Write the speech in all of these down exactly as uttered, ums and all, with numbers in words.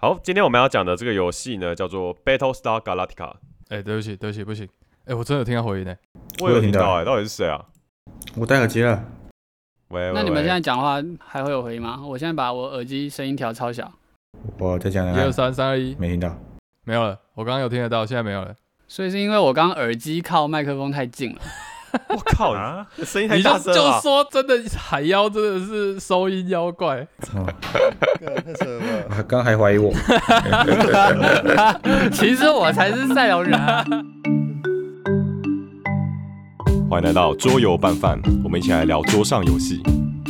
好，今天我们要讲的这个游戏呢，叫做 Battlestar Galactica。 哎、欸，对不起，对不起，不行。哎、欸，我真的有听到回音呢。 我有听到哎、欸，到底是谁啊？ 我戴耳机了。 喂喂喂， 那你们现在讲话还会有回音吗？我现在把我耳机声音调超小。 我再讲一二三，三二一， 没听到。 没有了，我刚刚有听得到，现在没有了。 所以是因为我刚刚耳机靠麦克风太近了。 我靠啊，声音太大声了。 你就就说真的，海妖真的是收音妖怪。 哦， 太扯了吧！ 他刚还怀疑我。 其实我才是赛龙人啊。 欢迎来到桌游拌饭，我们一起来聊桌上游戏。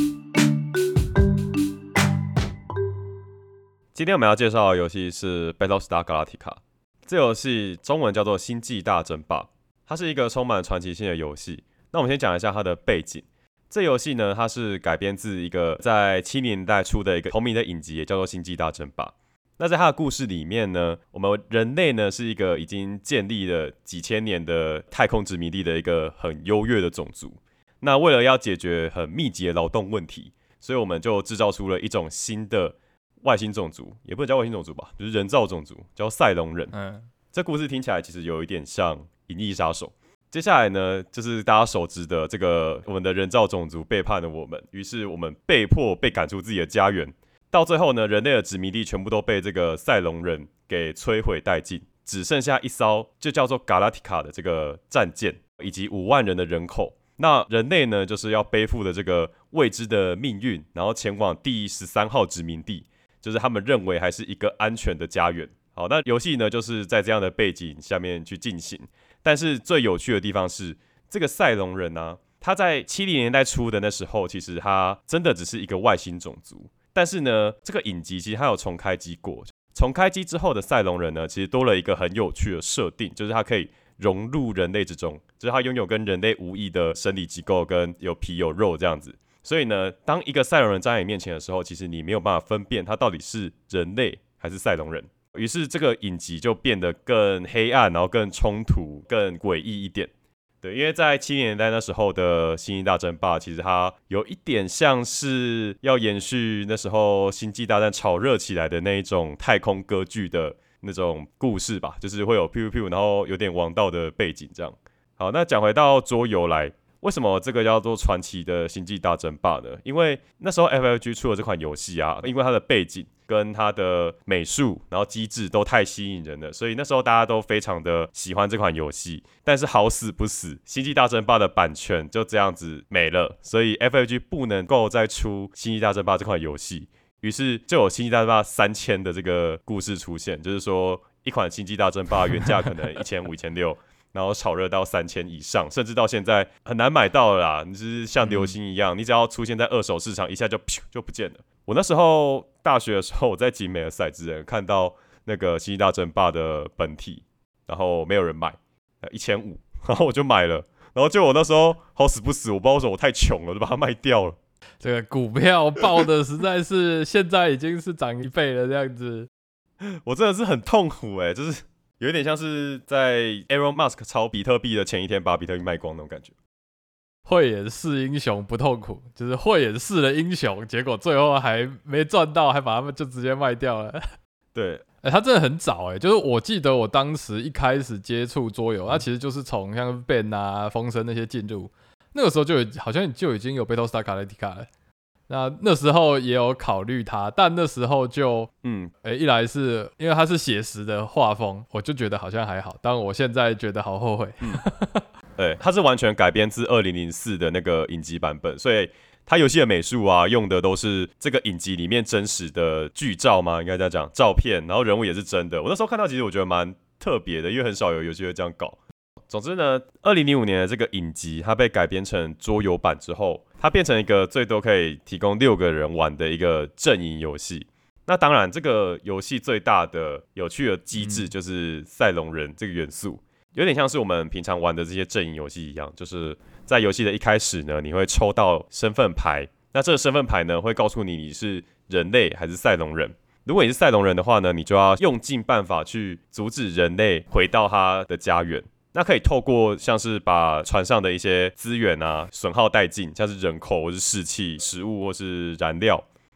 今天我们要介绍的游戏是 Battlestar Galactica， 这游戏中文叫做《星际大争霸》，它是一个充满传奇性的游戏。那我们先讲一下它的背景。这游戏呢，它是改编自一个在七零年代出的一个同名的影集，也叫做《星际大争霸》。那在它的故事里面呢，我们人类呢是一个已经建立了几千年的太空殖民地的一个很优越的种族。那为了要解决很密集的劳动问题，所以我们就制造出了一种新的外星种族，也不能叫外星种族吧，就是人造种族，叫赛龙人。嗯，这故事听起来其实有一点像《银翼杀手》。接下来呢，就是大家熟知的这个我们的人造种族背叛了我们，于是我们被迫被赶出自己的家园。到最后呢，人类的殖民地全部都被这个赛龙人给摧毁殆尽，只剩下一艘就叫做 Galactica 的这个战舰，以及五万人的人口。那人类呢，就是要背负的这个未知的命运，然后前往第十三号殖民地，就是他们认为还是一个安全的家园。好，那游戏呢，就是在这样的背景下面去进行。但是最有趣的地方是，这个赛龙人啊，他在七零年代初的那时候，其实他真的只是一个外星种族。但是呢，这个影集其实它有重开机过，重开机之后的赛龙人呢，其实多了一个很有趣的设定，就是它可以融入人类之中，就是它拥有跟人类无异的生理机构，跟有皮有肉这样子。所以呢，当一个赛龙人站在你面前的时候，其实你没有办法分辨他到底是人类还是赛龙人。于是这个影集就变得更黑暗，然后更冲突、更诡异一点。对，因为在七零年代那时候的《星际大争霸》，其实它有一点像是要延续那时候星际大战炒热起来的那一种太空歌剧的那种故事吧，就是会有 pew pew， 然后有点王道的背景这样。好，那讲回到桌游来，为什么这个叫做传奇的星际大争霸呢？因为那时候 F F G 出了这款游戏啊，因为它的背景跟它的美术，然后机制都太吸引人了，所以那时候大家都非常的喜欢这款游戏。但是好死不死，星际大争霸的版权就这样子没了，所以 F F G 不能够再出星际大争霸这款游戏，于是就有星际大争霸三千的这个故事出现，就是说一款星际大争霸原价可能一千五、一千六。然后炒热到三千以上，甚至到现在很难买到了啦。你就是像流星一样，嗯、你只要出现在二手市场，一下就就不见了。我那时候大学的时候，我在集美的赛之人看到那个《星际大争霸》的本体，然后没有人买，一千五，然后我就买了。然后就我那时候好死不死，我不知道为什么我太穷了，就把它卖掉了。 这个股票爆的实在是现在已经是涨一倍了，这样子， 我真的是很痛苦哎、欸，就是。有点像是在 Elon Musk 炒比特币的前一天把比特币卖光那种感觉。 慧眼识英雄不痛苦，就是慧眼识了英雄，结果最后还没赚到，还把他们就直接卖掉了。 对， 哎、欸，他真的很早哎、欸，就是我记得我当时一开始接触桌游，它其实就是从像 Ben 啊、风声那些进入，那个时候就有好像就已经有 Battlestar Galactica 了。那那时候也有考虑它，但那时候就，嗯，欸、一来是因为它是写实的画风，我就觉得好像还好，但我现在觉得好后悔。 嗯，对，它是完全改编自二零零四的那个影集版本，所以它游戏的美术啊，用的都是这个影集里面真实的剧照嘛，应该这样讲，照片，然后人物也是真的。我那时候看到，其实我觉得蛮特别的，因为很少有游戏会这样搞。总之呢，二零零五年的这个影集，它被改编成桌游版之后，它变成一个最多可以提供六个人玩的一个阵营游戏。那当然，这个游戏最大的有趣的机制就是赛龙人这个元素，有点像是我们平常玩的这些阵营游戏一样，就是在游戏的一开始呢，你会抽到身份牌，那这个身份牌呢会告诉你你是人类还是赛龙人。如果你是赛龙人的话呢，你就要用尽办法去阻止人类回到他的家园。那可以透过像是把船上的一些资源啊损耗殆尽，像是人口或是士气、食物或是燃料，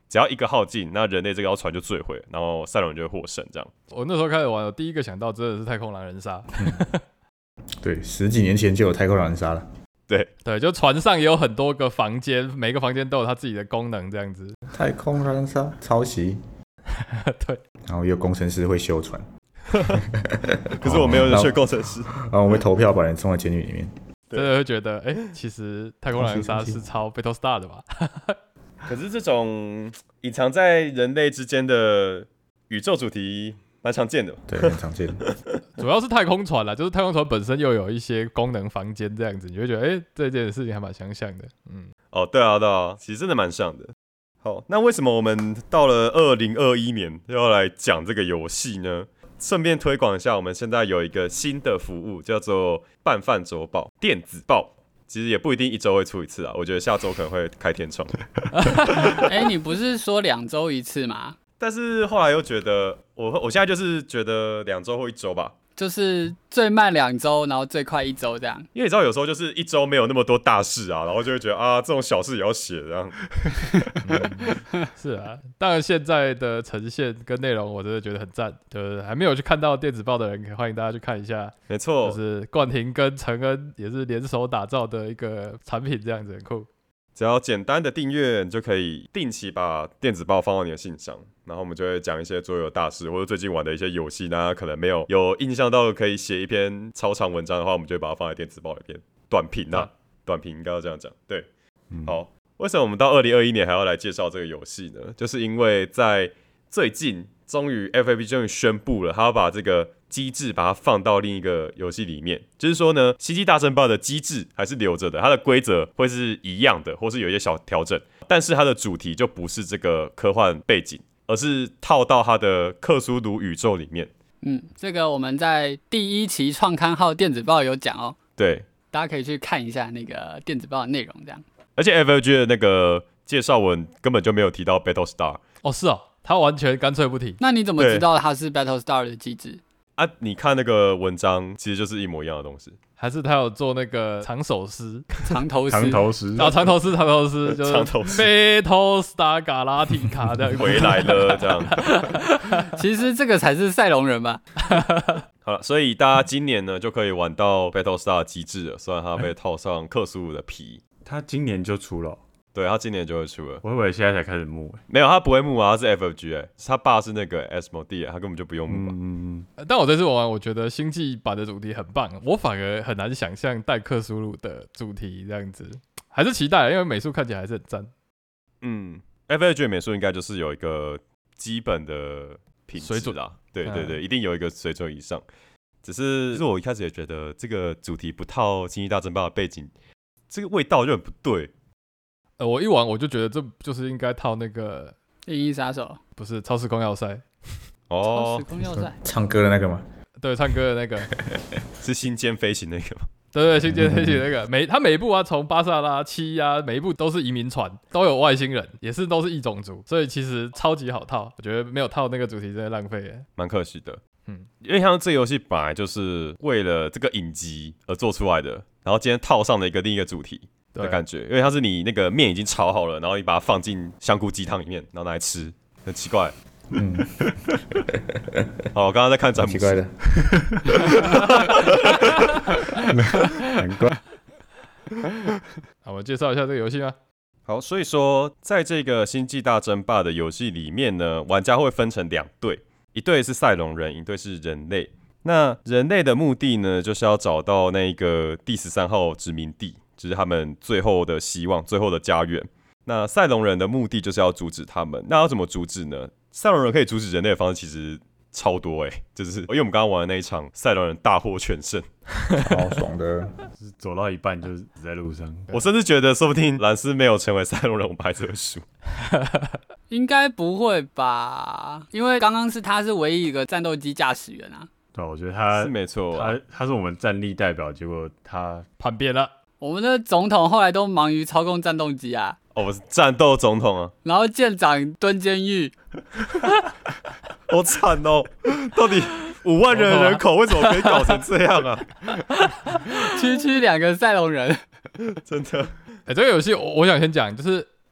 只要一个耗尽，那人类这个船就坠毁，然后赛龙人就会获胜。这样， 我那时候开始玩，我第一个想到真的是太空狼人杀。 嗯、对，十几年前就有太空狼人杀了。 对对，就船上也有很多个房间，每个房间都有它自己的功能，这样子。 太空狼人杀抄袭。 对， 然后有工程师会修船。 可是我没有人学工程师。 然后我会投票把人送到监狱里面。 真的会觉得，哎、欸，其实太空狼人杀是抄 Battlestar 的吧？ 可是这种隐藏在人类之间的宇宙主题蛮常见的。 对，很常见。 主要是太空船啦，就是太空船本身又有一些功能房间这样子，你就会觉得，哎、欸，这件事情还蛮相像的。嗯， 哦，对啊，对啊，其实真的蛮像的。好，那为什么我们到了二零二一年要来讲这个游戏呢？顺便推广一下，我们现在有一个新的服务，叫做拌饭周报电子报。其实也不一定一周会出一次啊，我觉得下周可能会开天窗。 哎、欸，你不是说两周一次吗？ 但是后来又觉得，我我现在就是觉得两周或一周吧。 就是最慢两周，然后最快一周这样。 因为你知道，有时候就是一周没有那么多大事啊，然后就会觉得啊，这种小事也要写这样。 嗯、是啊，当然现在的呈现跟内容，我真的觉得很赞。就是还没有去看到电子报的人，可以欢迎大家去看一下。 没错， 就是冠廷跟承恩也是联手打造的一个产品，这样子很酷。 只要简单的订阅，你就可以定期把电子报放到你的信上，然后我们就会讲一些桌游大事，或者最近玩的一些游戏，大家可能没有有印象到可以写一篇超长文章的话，我们就会把它放在电子报里面。短评啊，短评应该要这样讲。对，嗯、好，为什么我们到二零二一年还要来介绍这个游戏呢？就是因为在最近，终于 F A B 终于宣布了，他要把这个机制把它放到另一个游戏里面，就是说呢，星际大争霸的机制还是留着的，它的规则会是一样的，或是有一些小调整，但是它的主题就不是这个科幻背景，而是套到它的克苏鲁宇宙里面。 嗯，这个我们在第一期创刊号电子报有讲哦， 对， 大家可以去看一下那个电子报的内容，这样。 而且 F L G 的那个介绍文根本就没有提到 Battlestar。 哦，是哦，他完全干脆不提。 那你怎么知道它是 Battlestar 的机制？ 啊，你看那个文章，其实就是一模一样的东西。 还是他有做那个长手诗、 长头诗、 长头诗啊，长头诗、长头诗，就是长头诗 Battlestar Galactica 这样回来了这样。 其实这个才是赛龙人吧？ 好了，所以大家今年呢就可以玩到 Battlestar 的机制了，虽然它被套上克苏鲁的皮。 他今年就出了。 对，他今年就会出了。 我以为现在才开始募， 没有，他不会募啊，他是 F F G 哎、欸，他爸是那个 Asmodee， 他根本就不用募。 嗯， 但我这次玩完，我觉得星际版的主题很棒，我反而很难想象带克苏鲁的主题这样子，还是期待，因为美术看起来还是很赞。 嗯 ，F F G 的美术应该就是有一个基本的品质水准啦，对对对，嗯、一定有一个水准以上。只是，其实我一开始也觉得这个主题不套《星际大争霸》的背景，这个味道就很不对。 呃，我一玩我就觉得这就是应该套那个 《银翼杀手》， 不是超时空要塞哦， 超时空要塞， 唱歌的那个吗？ 对，唱歌的那个是星间飞行那个吗？ 对对，星间飞行那个，每他每一部啊，从巴萨拉七啊，每一部都是移民船，都有外星人，也是都是异种族，所以其实超级好套，我觉得没有套那个主题真的浪费耶， 蛮可惜的。 嗯， 因为像这个游戏本来就是为了这个影集而做出来的，然后今天套上了一个另一个主题。的感觉，因为它是你那个面已经炒好了，然后你把它放进香菇鸡汤里面，然后拿来吃，很奇怪。 嗯， 好，我刚刚在看詹姆斯， 奇怪的，难怪。 好，我介绍一下这个游戏吗？ 好，所以说在这个星际大争霸的游戏里面呢，玩家会分成两队，一队是赛龙人，一队是人类。那人类的目的呢，就是要找到那个第十三号殖民地。就是他们最后的希望，最后的家园。那赛龙人的目的就是要阻止他们。那要怎么阻止呢？赛龙人可以阻止人类的方式其实超多哎、欸，就是因为我们刚刚玩的那一场，赛龙人大获全胜， 超爽的。 就是走到一半就是死在路上。 我甚至觉得，说不定兰斯没有成为赛龙人，我们还是会输。 应该不会吧？因为刚刚是他是唯一一个战斗机驾驶员啊。 对，我觉得他是没错、啊， 他他是我们战力代表，结果他叛变了。 我们的总统后来都忙于操控战斗机啊。 哦，我是战斗总统啊。 然后舰长蹲监狱， 好惨哦！到底五万人的人口为什么可以搞成这样啊？ 区区两个赛龙人， 真的。 哎、欸，这个游戏我我想先讲，就是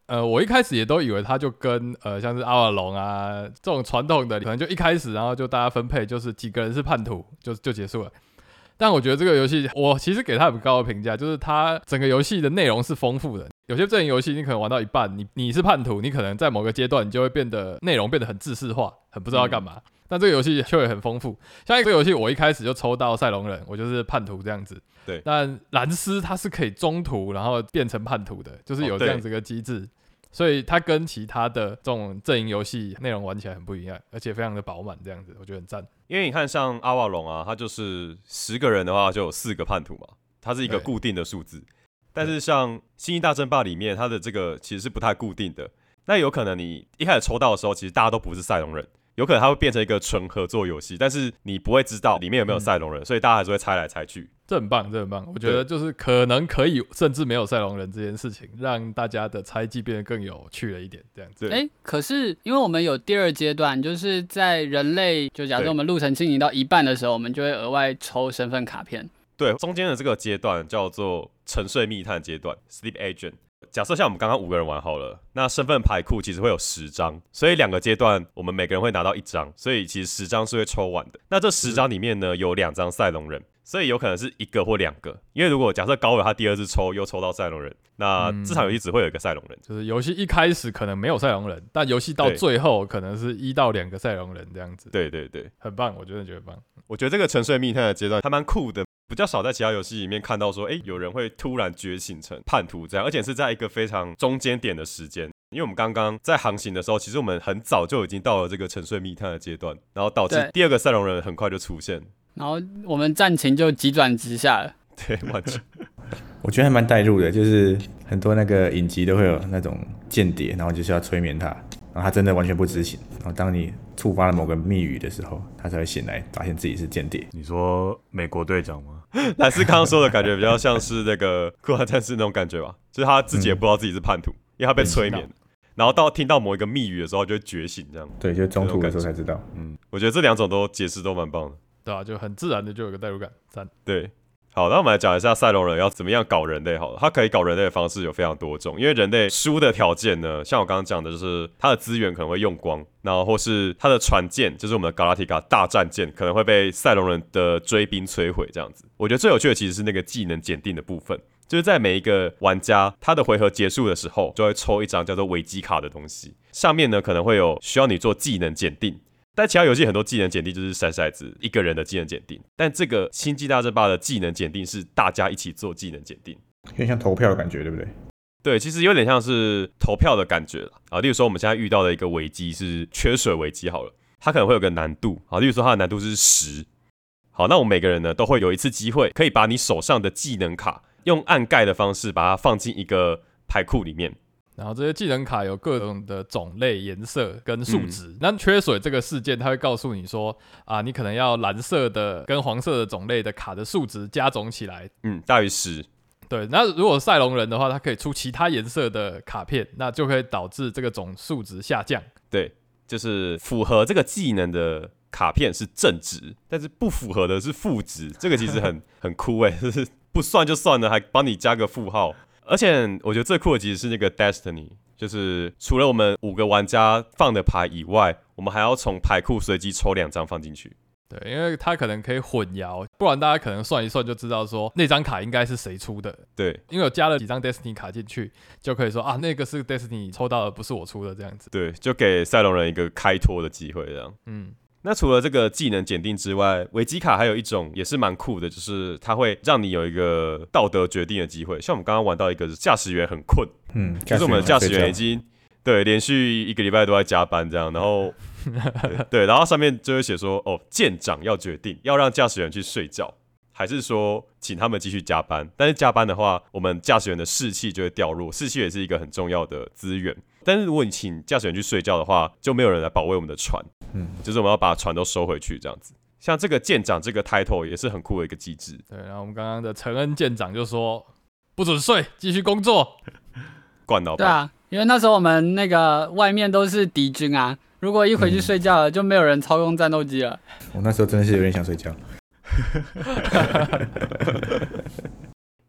呃，我一开始也都以为它就跟呃像是阿瓦隆啊这种传统的，可能就一开始然后就大家分配，就是几个人是叛徒就就结束了。但我觉得这个游戏，我其实给它很高的评价，就是它整个游戏的内容是丰富的。有些阵营游戏你可能玩到一半，你你是叛徒，你可能在某个阶段你就会变得内容变得很制式化，很不知道要干嘛。嗯、但这个游戏却会很丰富，像这个游戏我一开始就抽到赛龙人，我就是叛徒这样子。 对， 但蓝斯它是可以中途然后变成叛徒的，就是有这样子一个机制。哦，所以它跟其他的这种阵营游戏内容玩起来很不一样，而且非常的饱满，这样子我觉得很赞。 因为你看像阿瓦隆啊，它就是十个人的话就有四个叛徒嘛，它是一个固定的数字。但是像星际大争霸里面，它的这个其实是不太固定的。那有可能你一开始抽到的时候，其实大家都不是赛龙人，有可能它会变成一个纯合作游戏，但是你不会知道里面有没有赛龙人，嗯、所以大家还是会猜来猜去。 这很棒，这很棒。我觉得就是可能可以甚至没有赛龙人这件事情，让大家的猜忌变得更有趣了一点，这样子。 哎、欸，可是因为我们有第二阶段，就是在人类就假设我们路程进行到一半的时候，我们就会额外抽身份卡片。 对，中间的这个阶段叫做沉睡密探阶段 （Sleep Agent）。假设像我们刚刚五个人玩好了，那身份牌库其实会有十张，所以两个阶段我们每个人会拿到一张，所以其实十张是会抽完的。那这十张里面呢，有两张赛龙人，所以有可能是一个或两个。因为如果假设高尔他第二次抽又抽到赛龙人，那这场游戏只会有一个赛龙人。 就是游戏一开始可能没有赛龙人，但游戏到最后可能是一到两个赛龙人这样子。 对对对， 很棒，我真的觉得棒。 我觉得这个沉睡密探的阶段还蛮酷的。比较少在其他游戏里面看到说，哎，有人会突然觉醒成叛徒这样，而且是在一个非常中间点的时间。因为我们刚刚在航行的时候，其实我们很早就已经到了这个沉睡密探的阶段，然后导致第二个赛龙人很快就出现， 然后我们战情就急转直下了。 对，完全。 我觉得还蛮带入的，就是很多那个影集都会有那种间谍，然后就是要催眠他，然后他真的完全不知情，然后当你触发了某个密语的时候，他才会醒来，发现自己是间谍。 你说美国队长吗？ 蓝斯刚刚说的感觉比较像是那个酷玩战士那种感觉吧，就是他自己也不知道自己是叛徒，嗯、因为他被催眠，然后到听到某一个密语的时候就会觉醒，这样。 对，就中途的时候才知道。 嗯，我觉得这两种都解释都蛮棒的。 对啊，就很自然的就有个代入感，赞。 对。好，那我们来讲一下赛龙人要怎么样搞人类好了。他可以搞人类的方式有非常多种，因为人类输的条件呢，像我刚刚讲的，就是他的资源可能会用光，然后或是他的船舰，就是我们的 Galactica 大战舰，可能会被赛龙人的追兵摧毁这样子。我觉得最有趣的其实是那个技能检定的部分，就是在每一个玩家他的回合结束的时候，就会抽一张叫做危机卡的东西，上面呢可能会有需要你做技能检定。但其他游戏很多技能检定就是筛骰子一个人的技能检定，但这个星际大争霸的技能检定是大家一起做技能检定， 有点像投票的感觉，对不对？ 对，其实有点像是投票的感觉啦。啊，例如说我们现在遇到的一个危机是缺水危机好了，它可能会有个难度，好，例如说它的难度是十。好，那我们每个人呢都会有一次机会，可以把你手上的技能卡用按盖的方式把它放进一个牌库里面。 然后这些技能卡有各种的种类、颜色跟数值。那、嗯、缺水这个事件，它会告诉你说，啊，你可能要蓝色的跟黄色的种类的卡的数值加总起来， 嗯，大于十。 对，那如果赛龙人的话，它可以出其他颜色的卡片，那就可以导致这个总数值下降。 对，就是符合这个技能的卡片是正值，但是不符合的是负值。这个其实很很酷哎，就是不算就算了，还帮你加个负号。而且我觉得最酷的其实是那个 Destiny， 就是除了我们五个玩家放的牌以外，我们还要从牌库随机抽两张放进去。 对，因为它可能可以混淆，不然大家可能算一算就知道说那张卡应该是谁出的。 对， 因为我加了几张 Destiny 卡进去，就可以说啊，那个是 Destiny 抽到的，不是我出的这样子。 对，就给赛龙人一个开脱的机会这样。嗯。那除了这个技能检定之外，危机卡还有一种也是蛮酷的，就是它会让你有一个道德决定的机会。像我们刚刚玩到一个驾驶员很困，嗯，就是我们的驾驶员已经对连续一个礼拜都在加班这样，然后 对, 对，然后上面就会写说，哦，舰长要决定要让驾驶员去睡觉，还是说请他们继续加班。但是加班的话，我们驾驶员的士气就会掉落，士气也是一个很重要的资源。但是如果你请驾驶员去睡觉的话，就没有人来保卫我们的船，嗯，就是我们要把船都收回去这样子。像这个舰长这个 title 也是很酷的一个机制。 对，然后我们刚刚的陈恩舰长就说不准睡，继续工作。 惯老板。 对啊，因为那时候我们那个外面都是敌军啊，如果一回去睡觉了，嗯、就没有人操控战斗机了。 我那时候真的是有点想睡觉。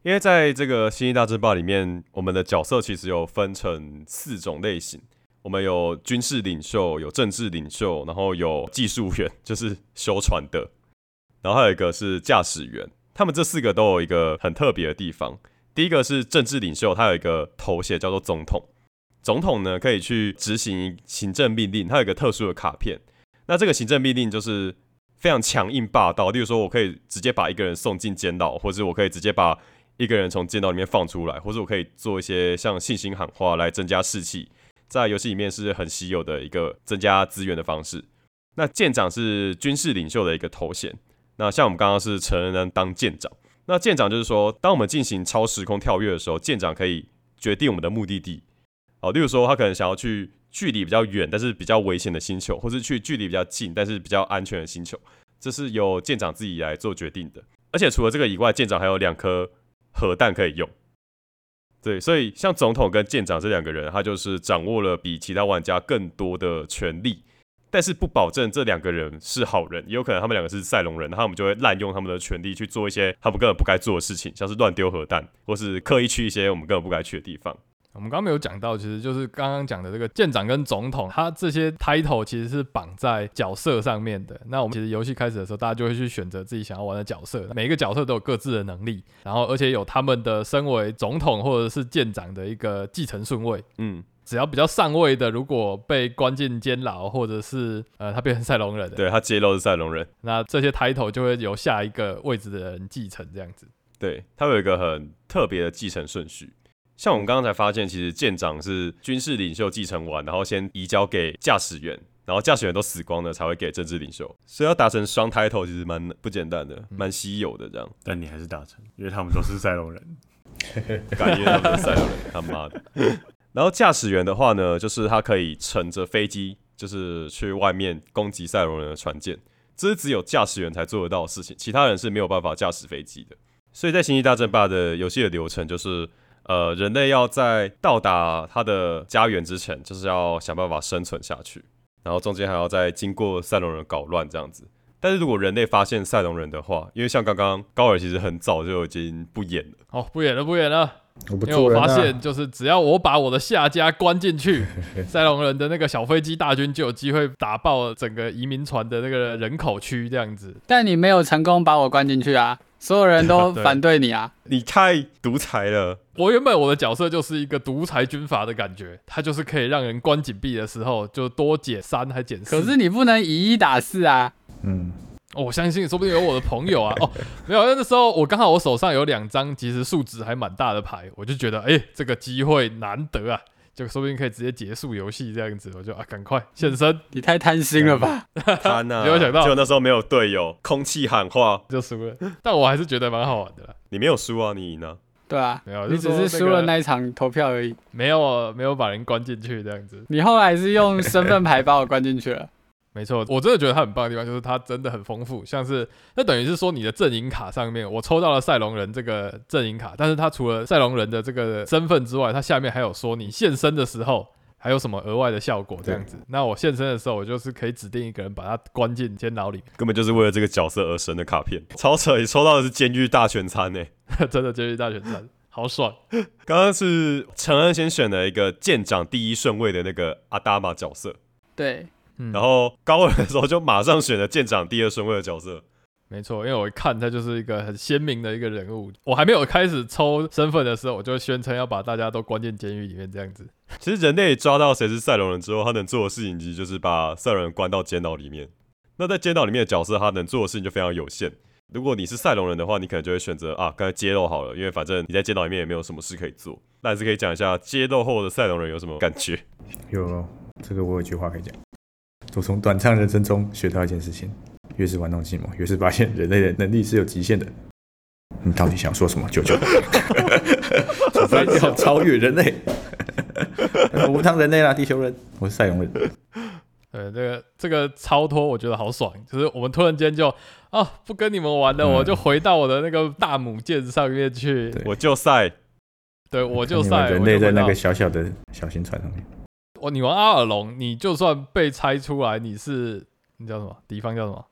因为在这个《星际大争霸》里面，我们的角色其实有分成四种类型，我们有军事领袖，有政治领袖，然后有技术员，就是修船的，然后还有一个是驾驶员。他们这四个都有一个很特别的地方。第一个是政治领袖，他有一个头衔叫做总统。总统呢可以去执行行政命令，他有一个特殊的卡片。那这个行政命令就是非常强硬霸道，例如说我可以直接把一个人送进监牢，或者我可以直接把一个人从监牢里面放出来，或者我可以做一些像信心喊话来增加士气，在游戏里面是很稀有的一个增加资源的方式。那舰长是军事领袖的一个头衔，那像我们刚刚是成人当舰长。那舰长就是说，当我们进行超时空跳跃的时候，舰长可以决定我们的目的地。哦，例如说，他可能想要去距离比较远但是比较危险的星球，或是去距离比较近但是比较安全的星球，这是由舰长自己来做决定的。而且除了这个以外，舰长还有两颗核弹可以用。对，所以像总统跟舰长这两个人，他就是掌握了比其他玩家更多的权利。但是不保证这两个人是好人，也有可能他们两个是赛隆人，他们就会滥用他们的权利去做一些他们根本不该做的事情，像是乱丢核弹，或是刻意去一些我们根本不该去的地方。 我们刚刚没有讲到，其实就是刚刚讲的这个舰长跟总统，他这些 title 其实是绑在角色上面的。那我们其实游戏开始的时候，大家就会去选择自己想要玩的角色，每一个角色都有各自的能力，然后而且有他们的身为总统或者是舰长的一个继承顺位。嗯。只要比较上位的，如果被关进监牢，或者是呃他变成赛隆人， 对，他揭露是赛隆人， 那这些 title 就会由下一个位置的人继承，这样子。 对，他有一个很特别的继承顺序。像我们刚刚才发现，其实舰长是军事领袖继承完，然后先移交给驾驶员，然后驾驶员都死光了才会给政治领袖，所以要达成双 title 其实蛮不简单的，蛮稀有的这样。 但你还是达成，因为他们都是赛隆人， 感觉他们是赛隆人，他妈的。然后驾驶员的话呢，就是他可以乘着飞机，就是去外面攻击赛隆人的船舰，这是只有驾驶员才做得到的事情，其他人是没有办法驾驶飞机的。所以在《星际大争霸》的游戏的流程就是，呃，人类要在到达他的家园之前，就是要想办法生存下去，然后中间还要再经过赛隆人搞乱这样子。但是如果人类发现赛隆人的话，因为像刚刚高尔其实很早就已经不演了， 哦，不演了，不演了。 我不因为我做人啊发现，就是只要我把我的下家关进去，赛隆人的那个小飞机大军就有机会打爆整个移民船的那个人口区这样子。 但你没有成功把我关进去啊，所有人都反对你啊！ 你太独裁了。 我原本我的角色就是一个独裁军阀的感觉，他就是可以让人关紧闭的时候就多减三还减四。 可是你不能以一打四啊！ 嗯。 哦，我相信说不定有我的朋友啊。哦，没有，那时候我刚好我手上有两张其实数值还蛮大的牌，我就觉得哎、欸，这个机会难得啊，就说不定可以直接结束游戏这样子，我就啊赶快现身。 你太贪心了吧？ 贪啊！ 没有想到， 就那时候没有队友，空气喊话就输了。但我还是觉得蛮好玩的啦。 你没有输啊，你赢了。 对啊， 没有， 你只是输了那一场投票而已。 没有，没有把人关进去这样子。 你后来是用身份牌把我关进去了。 没错，我真的觉得它很棒的地方就是它真的很丰富，像是那等于是说你的阵营卡上面，我抽到了赛隆人这个阵营卡，但是它除了赛隆人的这个身份之外，它下面还有说你现身的时候还有什么额外的效果这样子。那我现身的时候，我就是可以指定一个人把他关进监牢里面， 根本就是为了这个角色而生的卡片，超扯！你抽到的是监狱大全餐诶， 真的监狱大全餐。好爽！ 刚刚是陈恩先选了一个舰长第一顺位的那个阿达玛角色， 对， 嗯、 然后高尔的时候就马上选了舰长第二顺位的角色。 没错，因为我一看他就是一个很鲜明的一个人物。我还没有开始抽身份的时候，我就宣称要把大家都关进监狱里面这样子。 其实人类抓到谁是赛隆人之后，他能做的事情其实就是把赛隆人关到监牢里面。那在监牢里面的角色，他能做的事情就非常有限。如果你是赛隆人的话，你可能就会选择啊，刚才揭露好了，因为反正你在监牢里面也没有什么事可以做。那还是可以讲一下揭露后的赛隆人有什么感觉？ 有这个我有句话可以讲，我从短暂人生中学到一件事情：越是玩弄计谋，越是发现人类的能力是有极限的。你到底想说什么，舅舅？除非要超越人类，我不当人类啦，地球人，我是赛隆人。 对，这个这个超脱我觉得好爽，就是我们突然间就啊不跟你们玩了，嗯、我就回到我的那个大母舰上面去， 我就赛， 对，我就赛， 人类在那个小小的小型船上面。 我你玩阿尔隆，你就算被猜出来你是你叫什么敌方叫什么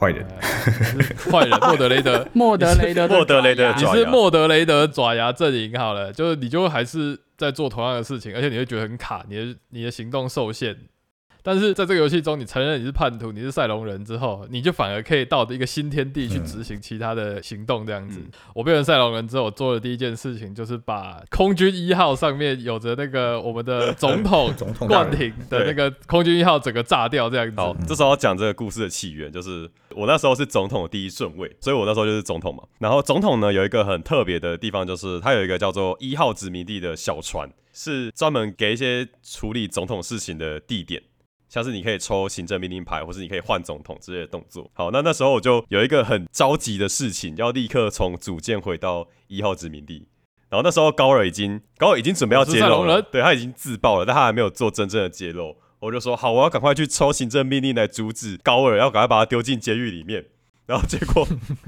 坏人， 坏人莫德雷德， 莫德雷德的莫德雷德的你爪牙是莫德雷德爪牙阵营好了，就是你就还是在做同样的事情，而且你会觉得很卡，你的你的行动受限。但是在这个游戏中，你承认你是叛徒，你是赛龙人之后，你就反而可以到一个新天地去执行其他的行动，这样子。嗯、我变成赛龙人之后，我做的第一件事情就是把空军一号上面有着那个我们的总统冠廷的那个空军一号整个炸掉，这样子。 好，这时候要讲这个故事的起源，就是我那时候是总统的第一顺位，所以我那时候就是总统嘛。然后总统呢有一个很特别的地方，就是它有一个叫做一号殖民地的小船，是专门给一些处理总统事情的地点。像是你可以抽行政命令牌，或是你可以换总统之类的动作。好，那那时候我就有一个很着急的事情，要立刻从主舰回到一号殖民地。然后那时候高尔已经高尔已经准备要揭露了，对他已经自爆了，但他还没有做真正的揭露。我就说好，我要赶快去抽行政命令来阻止高尔，要赶快把他丢进监狱里面。然后结果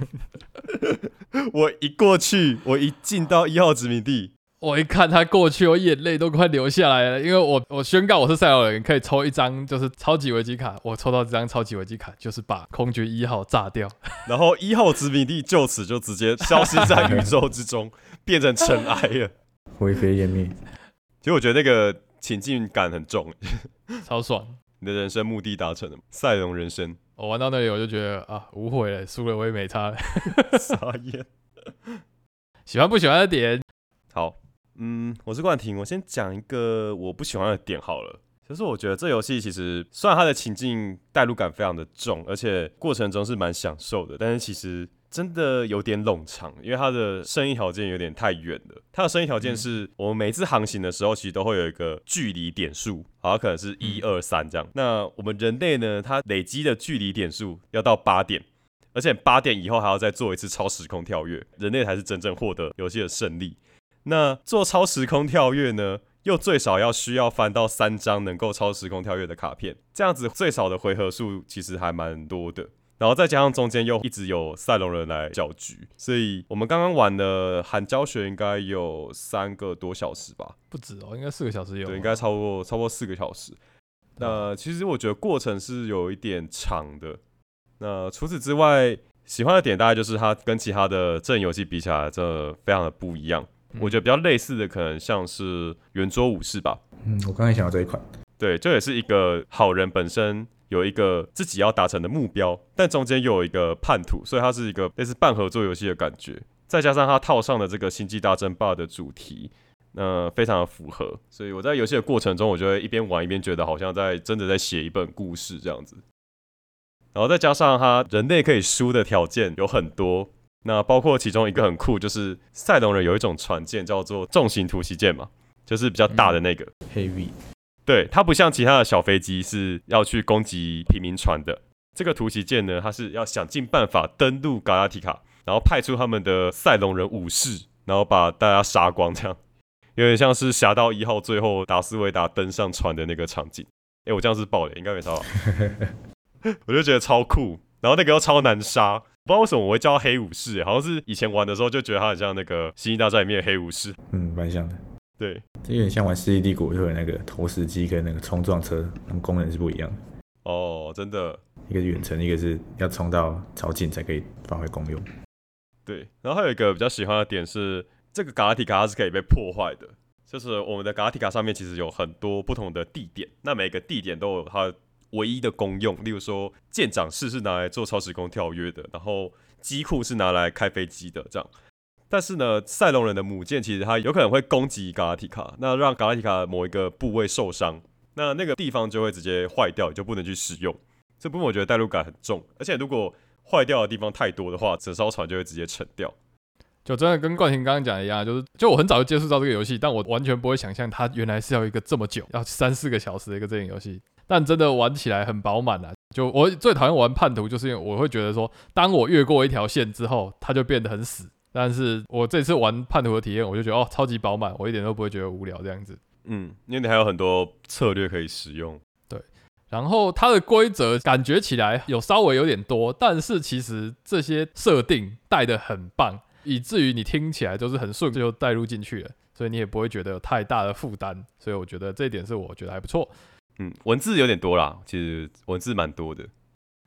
我一过去，我一进到一号殖民地。 我一看他过去，我眼泪都快流下来了，因为我我宣告我是赛罗人，可以抽一张就是超级危机卡，我抽到这张超级危机卡，就是把空军一号炸掉， 然后一号殖民地就此就直接消失在宇宙之中，变成尘埃了， 灰飞烟灭。 其实我觉得那个情境感很重， 超爽， 你的人生目的达成了，赛龙人生。 我玩到那里我就觉得啊，无悔了，输了我也没差了， 傻眼。 喜欢不喜欢的点， 好。嗯，我是冠廷，我先讲一个我不喜欢的点好了。就是我觉得这游戏其实虽然它的情境代入感非常的重，而且过程中是蛮享受的，但是其实真的有点冗长，因为它的生意条件有点太远了。它的生意条件是我们每次航行的时候，其实都会有一个距离点数，好像可能是一二三这样。那我们人类呢，它累积的距离点数要到八点，而且八点以后还要再做一次超时空跳跃，人类才是真正获得游戏的胜利。那做超时空跳跃呢，又最少要需要翻到三张能够超时空跳跃的卡片，这样子最少的回合数其实还蛮多的。然后再加上中间又一直有赛龙人来搅局，所以我们刚刚玩的含教学应该有三个多小时吧？ 不止哦，应该四个小时有。 对，应该超过超过四个小时。那其实我觉得过程是有一点长的。那除此之外，喜欢的点大概就是它跟其他的阵游戏比起来，真的非常的不一样。我觉得比较类似的可能像是圆桌武士吧。 嗯，我刚才想到这一款。 对，这也是一个好人本身有一个自己要达成的目标，但中间又有一个叛徒，所以它是一个类似半合作游戏的感觉。再加上它套上的这个星际大争霸的主题，那、呃、非常的符合。所以我在游戏的过程中，我就会一边玩一边觉得好像在真的在写一本故事这样子。然后再加上它人类可以输的条件有很多。那包括其中一个很酷，就是赛龙人有一种船舰叫做重型突袭舰嘛，就是比较大的那个、 嗯、Heavy。 对，它不像其他的小飞机是要去攻击平民船的，这个突袭舰呢，它是要想尽办法登陆嘎拉提卡，然后派出他们的赛龙人武士，然后把大家杀光，这样有点像是侠盗一号最后达斯维达登上船的那个场景。哎、欸，我这样是爆雷，应该没超好。我就觉得超酷，然后那个又超难杀。不知道为什么我会叫他黑武士，好像是以前玩的时候就觉得他很像那个《星际大战》里面的黑武士。 嗯，蛮像的。 对， 这有点像玩《世纪帝国》，就有那个投石机跟那个冲撞车，它们功能是不一样的。 哦，真的。 一个是远程，一个是要冲到超近才可以发挥功用。 对，然后还有一个比较喜欢的点是，这个嘎拉提卡它是可以被破坏的，就是我们的嘎拉提卡上面其实有很多不同的地点，那每个地点都有它唯一的功用，例如说舰长室是拿来做超时空跳跃的，然后机库是拿来开飞机的这样。但是呢，赛龙人的母舰其实它有可能会攻击嘎拉提卡，那让嘎拉提卡某一个部位受伤，那那个地方就会直接坏掉，你就不能去使用。这部分我觉得代入感很重，而且如果坏掉的地方太多的话，整艘船就会直接沉掉。 就真的跟冠廷刚刚讲的一样，就是就我很早就接触到这个游戏，但我完全不会想象它原来是要一个这么久，要三四个小时的一个这种游戏。但真的玩起来很饱满啊！就我最讨厌玩叛徒，就是因为我会觉得说，当我越过一条线之后，它就变得很死。但是我这次玩叛徒的体验，我就觉得哦，超级饱满，我一点都不会觉得无聊这样子。 嗯，因为你还有很多策略可以使用。 对，然后它的规则感觉起来有稍微有点多，但是其实这些设定带得很棒，以至于你听起来就是很顺就带入进去了，所以你也不会觉得有太大的负担。所以我觉得这一点是我觉得还不错。 嗯，文字有点多啦，其实文字蛮多的。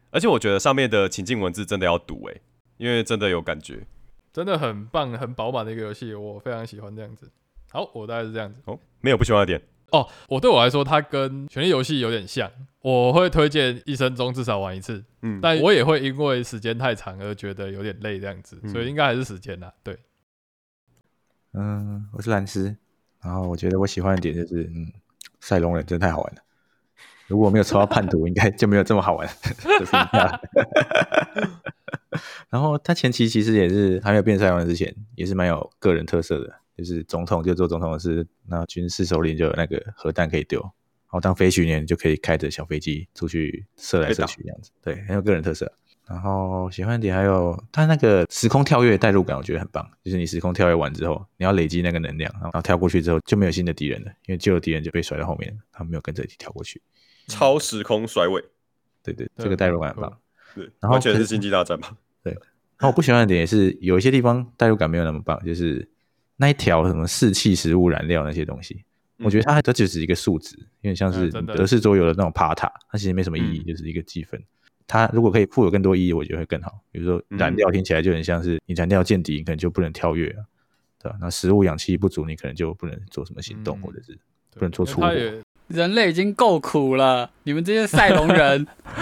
而且我觉得上面的情境文字真的要读诶、欸，因为真的有感觉， 真的很棒、很饱满的一个游戏，我非常喜欢这样子。好，我大概是这样子。 哦，没有不喜欢的点哦。我对我来说，它跟权力游戏有点像，我会推荐一生中至少玩一次。嗯，但我也会因为时间太长而觉得有点累这样子，嗯、所以应该还是时间啦。对， 嗯，我是蓝斯，然后我觉得我喜欢的点就是，嗯，赛龙人真的太好玩了。如果没有抽到叛徒，应该就没有这么好玩。然后他前期其实也是还没有变赛龙人之前，也是蛮有个人特色的，就是总统就做总统的事，那军事首领就有那个核弹可以丢，然后当飞行员就可以开着小飞机出去射来射去这样子，对，很有个人特色。然后喜欢的点还有他那个时空跳跃代入感，我觉得很棒。就是你时空跳跃完之后，你要累积那个能量，然后跳过去之后就没有新的敌人了，因为旧的敌人就被甩到后面，他们没有跟着一起跳过去。 超时空甩尾， 对 对, 对，这个代入感很棒。 对，然后完全是星际大战吧。 对，然后我不喜欢的点也是有一些地方代入感没有那么棒，就是那一条什么士气、食物、燃料那些东西，嗯、我觉得它只是一个数值，有点像是德式桌游的那种爬塔，它其实没什么意义，嗯、就是一个积分。它如果可以附有更多意义，我觉得会更好。比如说燃料听起来就很像是你燃料见底，你可能就不能跳跃啊，对吧？那食物氧气不足，你可能就不能做什么行动，嗯、或者是不能做出火。 人类已经够苦了，你们这些赛龙人，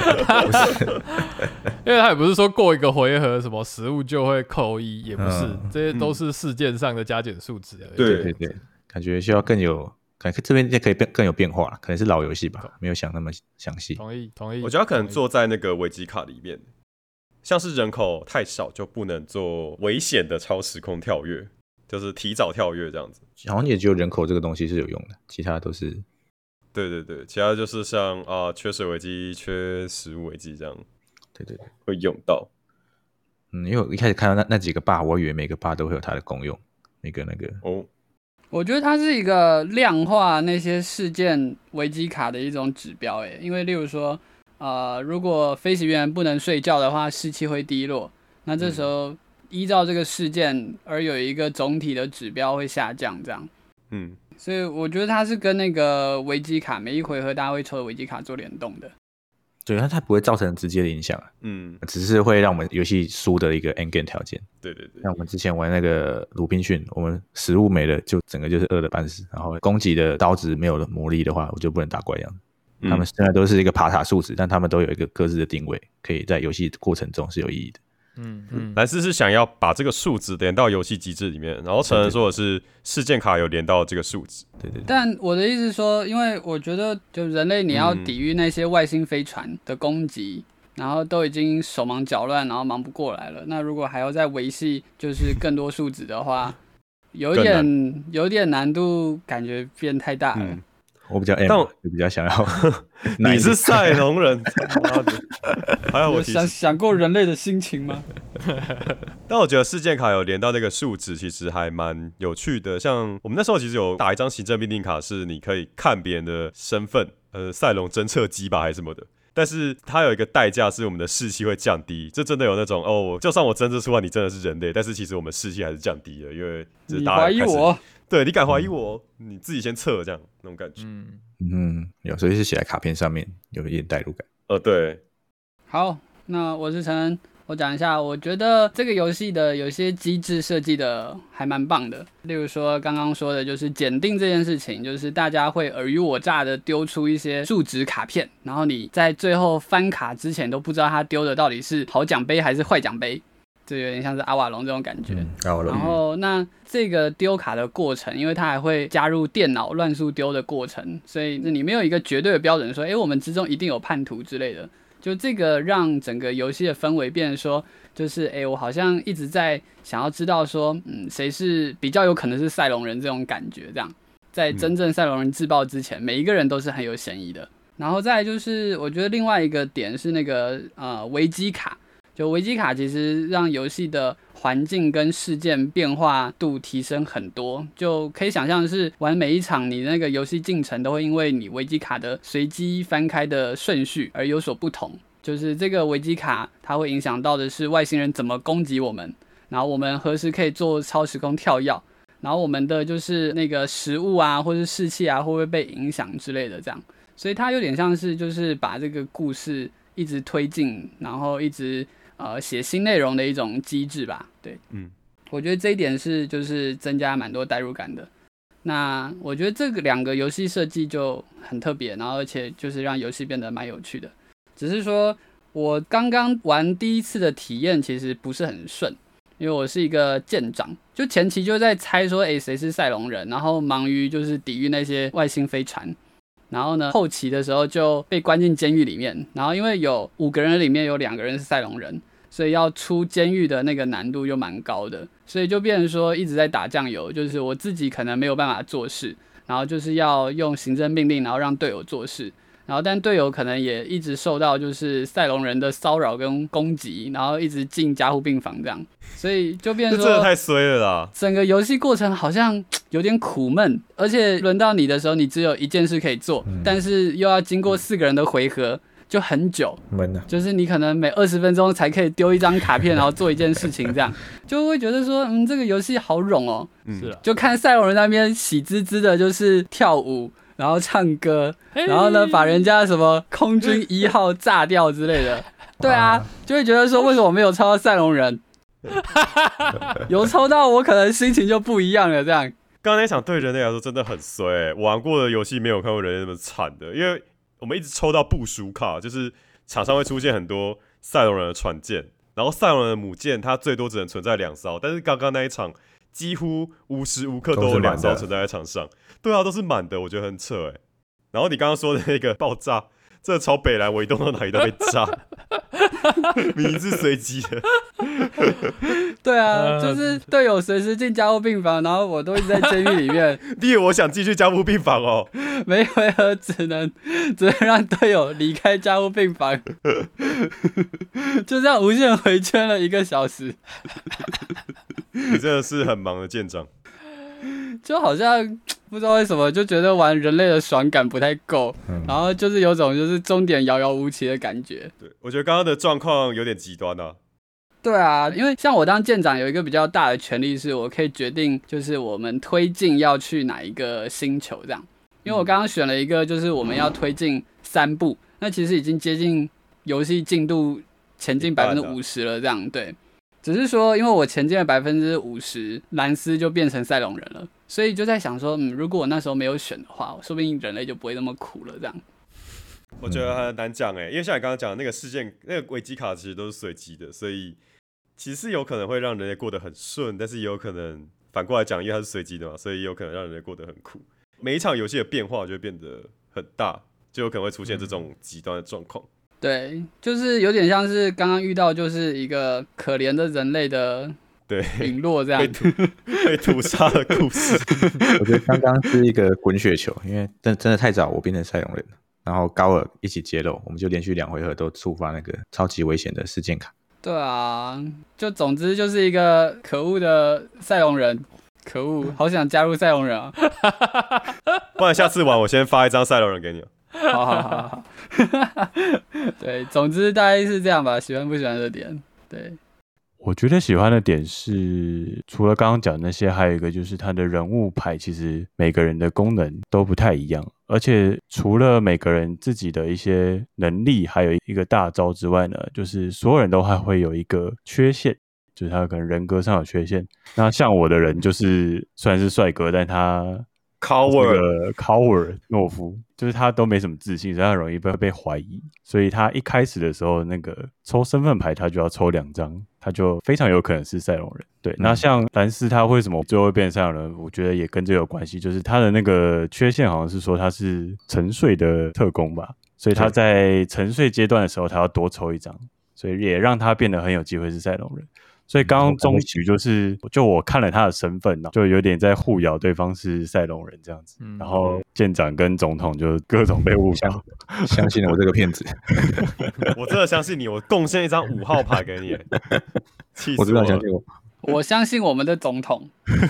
因为他也不是说过一个回合什么食物就会扣一，也不是，嗯、这些都是事件上的加减数值而已。 对对对，感觉需要更有。可能这边也可以更有变化，可能是老游戏吧，没有想那么详细。 同意同意。 我觉得可能做在那个维基卡里面，像是人口太少就不能做危险的超时空跳跃，就是提早跳跃这样子。 好像也只有人口这个东西是有用的，其他都是。 对对对，其他就是像啊、呃、缺水危机、缺食物危机这样。 对对对， 会用到。 嗯，因为我一开始看到那那几个坝，我以为每个坝都会有它的功用，那个那个哦。 我觉得它是一个量化那些事件维基卡的一种指标，诶，因为例如说，呃，如果飞行员不能睡觉的话，士气会低落，那这时候依照这个事件而有一个总体的指标会下降，这样。嗯，所以我觉得它是跟那个维基卡每一回合大家会抽的维基卡做联动的。 对，它它不会造成直接的影响啊，嗯，只是会让我们游戏输的一个 end game 条件。 对对对， 像我们之前玩那个鲁滨逊，我们食物没了，就整个就是饿得半死，然后攻击的刀子没有了魔力的话，我就不能打怪一样。嗯、他们虽然都是一个爬塔数值，但他们都有一个各自的定位，可以在游戏过程中是有意义的。 嗯嗯，蓝斯是想要把这个数值连到游戏机制里面，然后成人说的是事件卡有连到这个数值。 对 对, 对。 但我的意思是说，因为我觉得就人类你要抵御那些外星飞船的攻击，嗯、然后都已经手忙脚乱，然后忙不过来了。那如果还要再维系就是更多数值的话，有点有点难度，感觉变太大了。嗯我比较 M， 我比较想要。 你是赛龙人，还要我提想想过人类的心情吗？ 但我觉得事件卡有连到那个数值，其实还蛮有趣的。像我们那时候其实有打一张行政命令卡，是你可以看别人的身份，呃，赛龙侦测机吧还是什么的。但是它有一个代价是我们的士气会降低，这真的有那种哦，就算我侦测出来你真的是人类，但是其实我们士气还是降低了，因为你怀疑我。 对，你敢怀疑我，你自己先测这样那种感觉。 嗯嗯，有，所以是写在卡片上面有一点代入感。 呃，对。 好，那我是陈恩，我讲一下，我觉得这个游戏的有些机制设计的还蛮棒的。例如说刚刚说的就是检定这件事情，就是大家会尔虞我诈的丢出一些数值卡片，然后你在最后翻卡之前都不知道他丢的到底是好奖杯还是坏奖杯。就有点像是阿瓦隆这种感觉、嗯、然后那这个丢卡的过程，因为它还会加入电脑乱数丢的过程，所以你没有一个绝对的标准说，哎，我们之中一定有叛徒之类的。就这个让整个游戏的氛围变成说，就是哎，我好像一直在想要知道说，嗯，谁是比较有可能是赛龙人这种感觉，这样在真正赛龙人自爆之前，每一个人都是很有嫌疑的。然后再来就是我觉得另外一个点是那个呃维基卡。就维基卡其实让游戏的环境跟事件变化度提升很多，就可以想象是玩每一场你那个游戏进程都会因为你维基卡的随机翻开的顺序而有所不同。就是这个维基卡它会影响到的是外星人怎么攻击我们，然后我们何时可以做超时空跳跃，然后我们的就是那个食物啊或是士气啊会不会被影响之类的这样。所以它有点像是就是把这个故事一直推进，然后一直呃写新内容的一种机制吧。对， 嗯， 我觉得这一点是就是增加蛮多代入感的。那我觉得这个两个游戏设计就很特别，然后而且就是让游戏变得蛮有趣的。只是说我刚刚玩第一次的体验其实不是很顺，因为我是一个舰长，就前期就在猜说，哎，谁是赛龙人，然后忙于就是抵御那些外星飞船。然后呢，后期的时候就被关进监狱里面，然后因为有五个人里面有两个人是赛龙人，所以要出监狱的那个难度就蛮高的，所以就变成说一直在打酱油，就是我自己可能没有办法做事，然后就是要用行政命令，然后让队友做事，然后但队友可能也一直受到就是赛龙人的骚扰跟攻击，然后一直进加护病房这样，所以就变成说这真的太衰了啦！ 整个游戏过程好像有点苦闷，而且轮到你的时候，你只有一件事可以做，嗯、但是又要经过四个人的回合。就很久， 闷啊！ 就是你可能每二十分钟才可以丢一张卡片，然后做一件事情，这样就会觉得说，嗯，这个游戏好冗哦。 嗯，是啊。 就看赛龙人那边喜滋滋的，就是跳舞，然后唱歌，然后呢把人家什么空军一号炸掉之类的。对啊，就会觉得说，为什么我没有抽到赛龙人？有抽到，我可能心情就不一样了。这样， 刚刚那场对人类来说真的很衰、欸，我玩过的游戏没有看过人类那么惨的，因为。我们一直抽到部署卡，就是场上会出现很多赛龙人的船舰，然后赛龙人的母舰它最多只能存在两艘，但是刚刚那一场几乎无时无刻都有两艘存在在场上，对啊，都是满的，我觉得很扯哎。然后你刚刚说的那个爆炸，这个超北蓝，我一动到哪里都被炸，明明是随机的。 对啊，就是队友随时进加护病房，然后我都一直在监狱里面。 第一，我想进去加护病房哦， 每回合只能只能让队友离开加护病房，就这样无限回圈了一个小时。 你真的是很忙的舰长。 就好像不知道为什么就觉得玩人类的爽感不太够，嗯、然后就是有种就是终点遥遥无期的感觉。 对，我觉得刚刚的状况有点极端啊。 对啊，因为像我当舰长有一个比较大的权利，是我可以决定就是我们推进要去哪一个星球这样。因为我刚刚选了一个就是我们要推进三步，那其实已经接近游戏进度前进百分之五十了这样。对。只是说，因为我前进了百分之五十，兰斯就变成赛龙人了，所以就在想说，嗯，如果我那时候没有选的话，说不定人类就不会那么苦了。这样， 我觉得很难讲哎，因为像你刚刚讲的那个事件，那个危机卡其实都是随机的，所以其实有可能会让人类过得很顺，但是也有可能反过来讲，因为它是随机的嘛，所以也有可能让人类过得很苦。每一场游戏的变化就会变得很大，就有可能会出现这种极端的状况。 对，就是有点像是刚刚遇到，就是一个可怜的人类的对陨落这样被屠被屠杀的故事。 我觉得刚刚是一个滚雪球，因为真真的太早我变成赛龙人了，然后高尔一起揭露，我们就连续两回合都触发那个超级危险的事件卡。 对啊，就总之就是一个可恶的赛龙人，可恶，好想加入赛龙人啊！ 不然下次玩我先发一张赛龙人给你。 好好好好，对，总之大概是这样吧，喜欢不喜欢这点，对。 我觉得喜欢的点是，除了刚刚讲那些，还有一个就是他的人物牌，其实每个人的功能都不太一样，而且除了每个人自己的一些能力，还有一个大招之外呢，就是所有人都还会有一个缺陷，就是他可能人格上有缺陷。那像我的人，就是虽然是帅哥，但他 coward coward 懦夫，就是他都没什么自信，所以他很容易被被怀疑。所以他一开始的时候，那个抽身份牌，他就要抽两张，他就非常有可能是赛龙人。对，嗯、那像兰斯他为什么最后会变成赛龙人？我觉得也跟这有关系，就是他的那个缺陷好像是说他是沉睡的特工吧，所以他在沉睡阶段的时候，他要多抽一张，所以也让他变得很有机会是赛龙人。所以刚刚终局就是，就我看了他的身份，就有点在互咬对方是赛龙人这样子，嗯、然后舰长跟总统就各种被误导， 相信了我这个骗子。 我真的相信你，我贡献一张五号牌给你，气死我了！ 我真的相信我， 我相信我们的总统。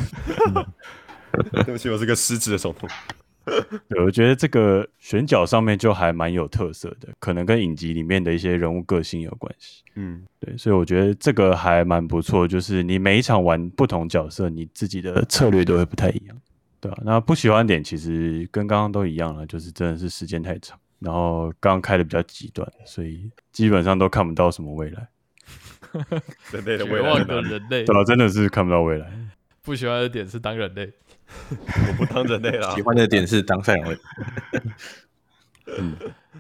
对不起，我是个失职的总统。 对，我觉得这个选角上面就还蛮有特色的，可能跟影集里面的一些人物个性有关系。嗯，对，所以我觉得这个还蛮不错，就是你每一场玩不同角色，你自己的策略都会不太一样，对啊，那不喜欢点其实跟刚刚都一样了，就是真的是时间太长。 然后刚开的比较极端，所以基本上都看不到什么未来。 人类的绝望的未来在哪里？ 人类， 对啊，真的是看不到未来。 不喜欢的点是当人类。 我不当人类啦喜。欢的点是当赛龙人。 嗯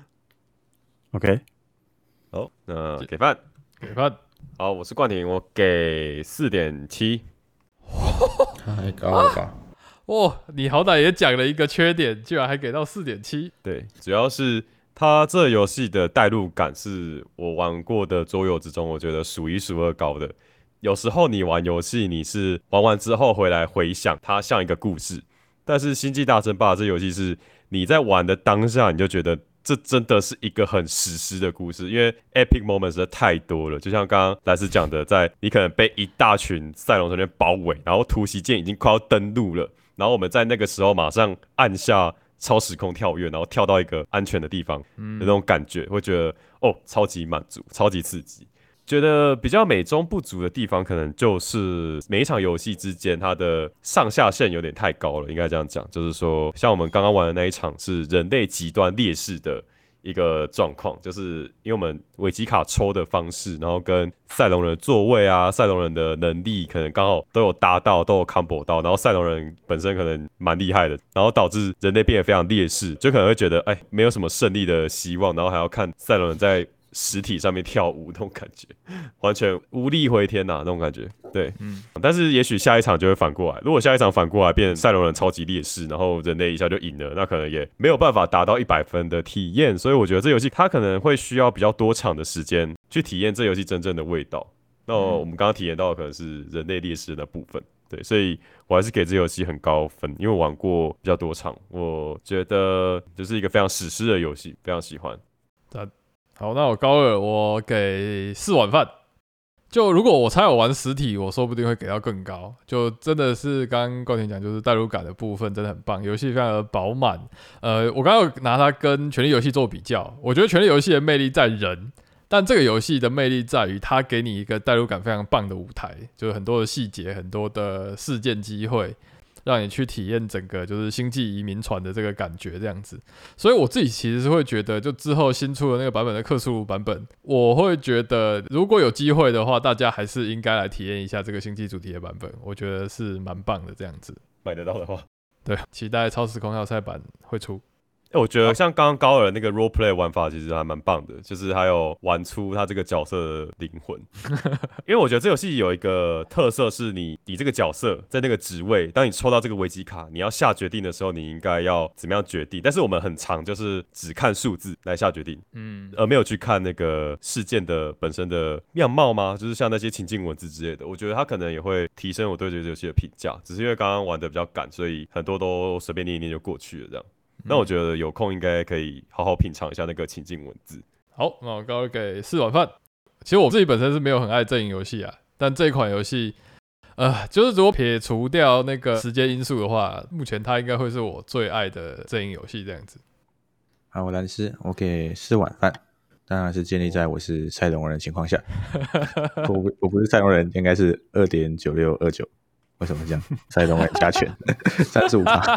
，OK， 好，那给饭。 给饭， 好，我是冠廷，我给四点七。 太高了吧？ 哇，你好歹也讲了一个缺点，居然还给到四点七。 对，主要是它这游戏的代入感是我玩过的桌游之中，我觉得数一数二高的。有时候你玩游戏，你是玩完之后回来回想，它像一个故事；但是《星际大争霸》这游戏是你在玩的当下，你就觉得这真的是一个很史诗的故事，因为 epic moments 实在太多了。就像刚刚莱斯讲的，在你可能被一大群赛龙船员包围，然后突袭舰已经快要登陆了，然后我们在那个时候马上按下超时空跳跃，然后跳到一个安全的地方的那种感觉，会觉得哦，超级满足，超级刺激。觉得比较美中不足的地方，可能就是每一场游戏之间它的上下限有点太高了，应该这样讲，就是说，像我们刚刚玩的那一场是人类极端劣势的一个状况，就是因为我们维基卡抽的方式，然后跟赛龙人的座位啊、赛龙人的能力，可能刚好都有搭到，都有 combo 到，然后赛龙人本身可能蛮厉害的，然后导致人类变得非常劣势，就可能会觉得哎，没有什么胜利的希望，然后还要看赛龙人在实体上面跳舞那种感觉，完全无力回天呐、啊、那种感觉。对，嗯，但是也许下一场就会反过来。如果下一场反过来变赛龙人超级劣势，然后人类一下就赢了，那可能也没有办法达到一百分的体验。所以我觉得这游戏它可能会需要比较多场的时间去体验这游戏真正的味道。那我们刚刚体验到的可能是人类劣势的部分。对，所以我还是给这游戏很高分，因为我玩过比较多场，我觉得就是一个非常史诗的游戏，非常喜欢。 好，那我高二，我给四碗饭。就如果我猜我玩实体，我说不定会给到更高。就真的是刚刚冠廷讲，就是代入感的部分真的很棒，游戏非常的饱满。呃，我刚刚有拿它跟权力游戏做比较，我觉得权力游戏的魅力在人，但这个游戏的魅力在于它给你一个代入感非常棒的舞台，就是很多的细节，很多的事件机会。让你去体验整个就是星际移民船的这个感觉这样子，所以我自己其实是会觉得，就之后新出的那个版本的克苏鲁版本，我会觉得如果有机会的话，大家还是应该来体验一下这个星际主题的版本，我觉得是蛮棒的这样子。 买得到的话， 对，期待超时空要塞版会出。 欸、我觉得像刚刚高尔那个 role play 玩法其实还蛮棒的，就是还有玩出他这个角色的灵魂。因为我觉得这游戏有一个特色是你你这个角色在那个职位，当你抽到这个危机卡，你要下决定的时候，你应该要怎么样决定？但是我们很常就是只看数字来下决定，嗯，而没有去看那个事件的本身的样貌吗？就是像那些情境文字之类的，我觉得它可能也会提升我对这个游戏的评价。只是因为刚刚玩的比较赶，所以很多都随便念一念就过去了这样。那我觉得有空应该可以好好品尝一下那个情境文字。 好，那我高二给四碗饭。其实我自己本身是没有很爱阵营游戏啊，但这一款游戏，呃，就是如果撇除掉那个时间因素的话，目前它应该会是我最爱的阵营游戏这样子。 好，我蓝斯，我给四碗饭，当然是建立在我是赛龙人的情况下。我不我不是赛龙人，应该是二点九六二九。为什么这样？赛龙人加权三十五趴。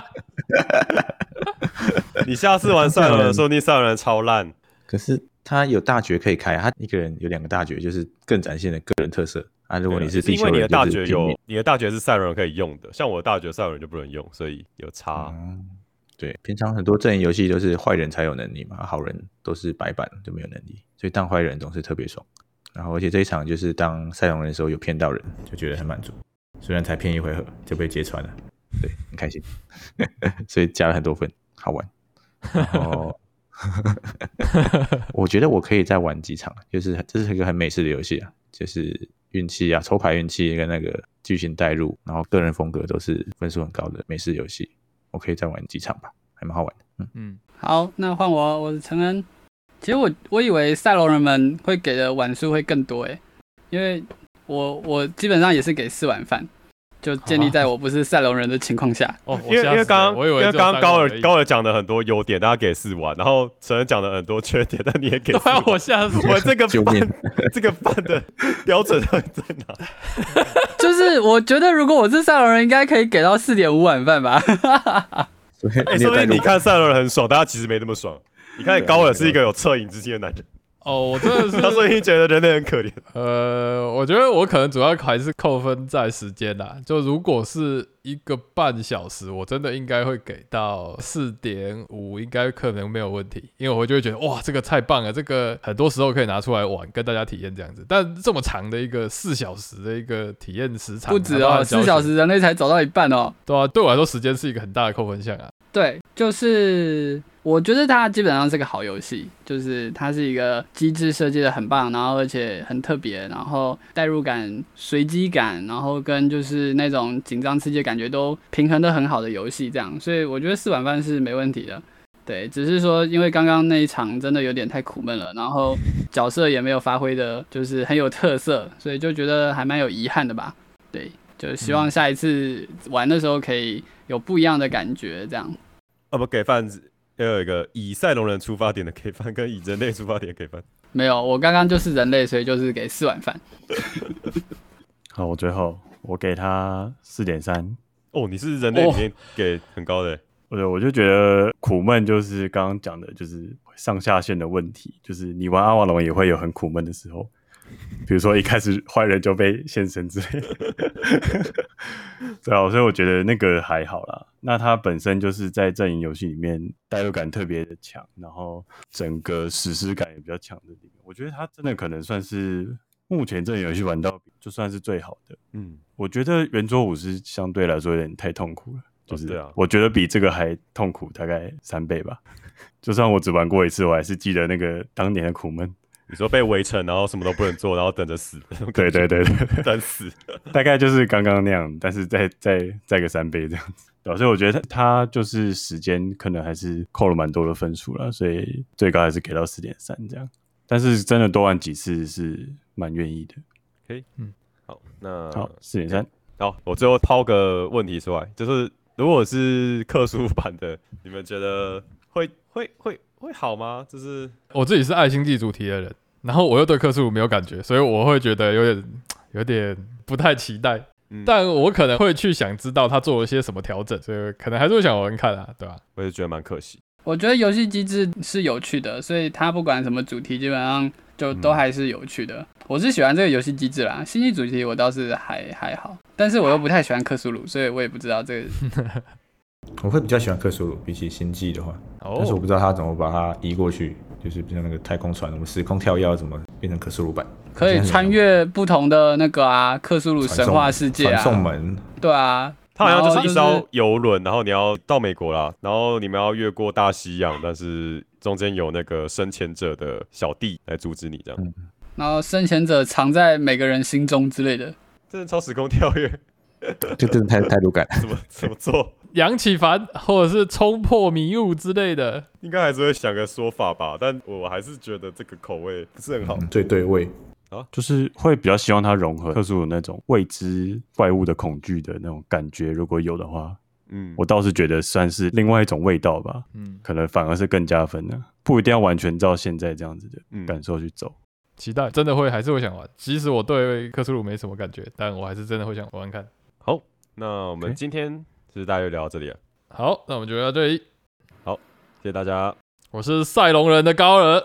你下次玩赛龙人，说不定赛龙人超烂。 可是他有大绝可以开，他一个人有两个大绝，就是更展现的个人特色啊。如果你是地球人， 因为你的大绝有，你的大绝是赛龙人可以用的，像我的大绝赛龙人就不能用，所以有差。 嗯，对，平常很多阵营游戏都是坏人才有能力嘛，好人都是白板就没有能力，所以当坏人总是特别爽。然后而且这一场就是当赛龙人的时候有骗到人，就觉得很满足。虽然才骗一回合就被揭穿了，对，很开心，所以加了很多分，好玩。然后我觉得我可以再玩几场，就是这是一个很美式的游戏啊，就是运气啊、抽牌运气跟那个剧情带入，然后个人风格都是分数很高的美式游戏，我可以再玩几场吧，还蛮好玩的。嗯嗯， 好，那换我，我是陈恩。其实我我以为赛龙人们会给的碗数会更多诶，因为我我基本上也是给四碗饭。就建立在我不是赛龙人的情况下， 哦， 因为因为刚刚因为刚刚高尔高尔讲的很多优点，大家给四碗，然后陈恩讲的很多缺点，但你也给四碗。 我吓死我这个饭这个饭的标准在哪？ 就是我觉得如果我是赛龙人，应该可以给到四点五碗饭吧。 哎、欸，说不定你看赛龙人很爽，大家其实没那么爽。 你看高尔是一个有恻隐之心的男人。 哦，我真的是， 他所以觉得人类很可怜。 呃，我觉得我可能主要还是扣分在时间啦。就如果是一个半小时，我真的应该会给到四点五，应该可能没有问题，因为我就会觉得哇，这个太棒了，这个很多时候可以拿出来玩，跟大家体验这样子。但这么长的一个四小时的一个体验时长， 不止哦，四小时人类才走到一半哦。 对啊，对我来说时间是一个很大的扣分项啊。 对，就是我觉得它基本上是个好游戏，就是它是一个机制设计的很棒，然后而且很特别，然后代入感、随机感，然后跟就是那种紧张刺激的感觉都平衡的很好的游戏，这样，所以我觉得四碗饭是没问题的。对，只是说因为刚刚那一场真的有点太苦闷了，然后角色也没有发挥的，就是很有特色，所以就觉得还蛮有遗憾的吧。对，就希望下一次玩的时候可以有不一样的感觉，这样。 啊不，给饭要有一个以赛龙人出发点的给饭，跟以人类出发点的给饭。 没有，我刚刚就是人类，所以就是给四碗饭。 好，我最后我给他四点三。 哦，你是人类里面给很高的、欸。 对，我就觉得苦闷就是刚刚讲的，就是上下限的问题，就是你玩阿瓦隆也会有很苦闷的时候，比如说一开始坏人就被现身之类的。对啊，所以我觉得那个还好啦。那它本身就是在阵营游戏里面代入感特别的强，然后整个史诗感也比较强的地方，我觉得它真的可能算是目前阵营游戏玩到就算是最好的。嗯，我觉得圆桌武士相对来说有点太痛苦了。就是我觉得比这个还痛苦大概三倍吧。就算我只玩过一次，我还是记得那个当年的苦闷。 你说被围城，然后什么都不能做，然后等着死。 对对对对， 等死。 大概就是刚刚那样，但是再再再个三倍这样子。对、啊，所以我觉得他就是时间可能还是扣了蛮多的分数啦，所以最高还是给到 四点三 这样。但是真的多玩几次是蛮愿意的。 OK， 嗯，好，那好 四点三。 好，我最后抛个问题出来，就是如果是克苏版的，你们觉得会会会会好吗？就是我自己是爱星际主题的人，然后我又对克苏鲁没有感觉，所以我会觉得有点有点不太期待。嗯、但我可能会去想知道他做了些什么调整，所以可能还是会想玩看啊，对吧、啊？ 我也觉得蛮可惜。 我觉得游戏机制是有趣的，所以它不管什么主题，基本上就都还是有趣的。嗯、我是喜欢这个游戏机制啦，星际主题我倒是还还好，但是我又不太喜欢克苏鲁，所以我也不知道这个。 我会比较喜欢克苏鲁，比起星际的话，哦、但是我不知道他怎么把它移过去，就是像那个太空船，我们时空跳跃怎么变成克苏鲁版？ 可以穿越不同的那个啊，克苏鲁神话世界啊， 传送门。 对啊。 它好像就是一艘游轮，然后你要到美国啦，然后你们要越过大西洋，但是中间有那个深潜者的小弟来阻止你这样。嗯、 然后深潜者藏在每个人心中之类的， 真的超时空跳跃， 就真的太太鲁感。 怎么怎么做？ 杨启凡或者是冲破迷雾之类的， 应该还是会想个说法吧，但我还是觉得这个口味不是很好， 嗯、最对味。 啊，就是会比较希望它融合克苏鲁那种未知怪物的恐惧的那种感觉，如果有的话，嗯，我倒是觉得算是另外一种味道吧，嗯，可能反而是更加分的，不一定要完全照现在这样子的感受去走。嗯、 期待真的会还是会想玩，即使我对克苏鲁没什么感觉，但我还是真的会想玩玩看。 好，那我们今天是大约聊到这里了。 好，那我们就聊到这里。 好，谢谢大家。 我是赛龙人的高尔。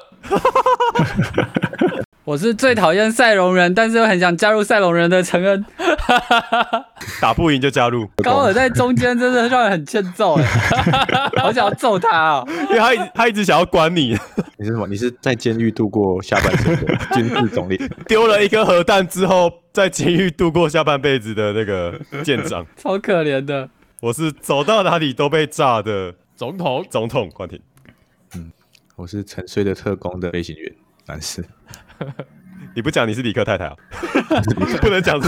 我是最讨厌赛龙人，但是又很想加入赛龙人的陈恩。 打不赢就加入。 高尔在中间真的让人很欠揍哎，好想要揍他哦， 因为他一直他一直想要关你。 你是什么？你是在监狱度过下半生的军事总理？ 丢了一颗核弹之后，在监狱度过下半辈子的那个舰长， 超可怜的。 我是走到哪里都被炸的总统。 总统关停。 嗯，我是沉睡的特工的飞行员，男士。 你不讲你是理科太太啊？不能讲是。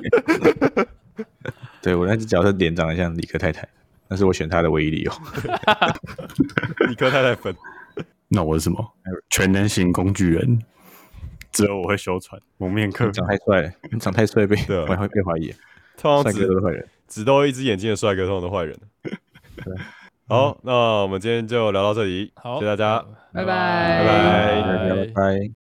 对，我那只角色脸长得像理科太太，那是我选他的唯一理由。 理科太太粉。 那我是什么？全能型工具人。只有我会修船。蒙面客。 你长太帅了，你长太帅被会会被怀疑。帅哥都是坏人， 只都一只眼睛的帅哥通常都坏人。好，那我们今天就聊到这里， 好， 谢谢大家， 拜拜， 拜拜， 拜拜。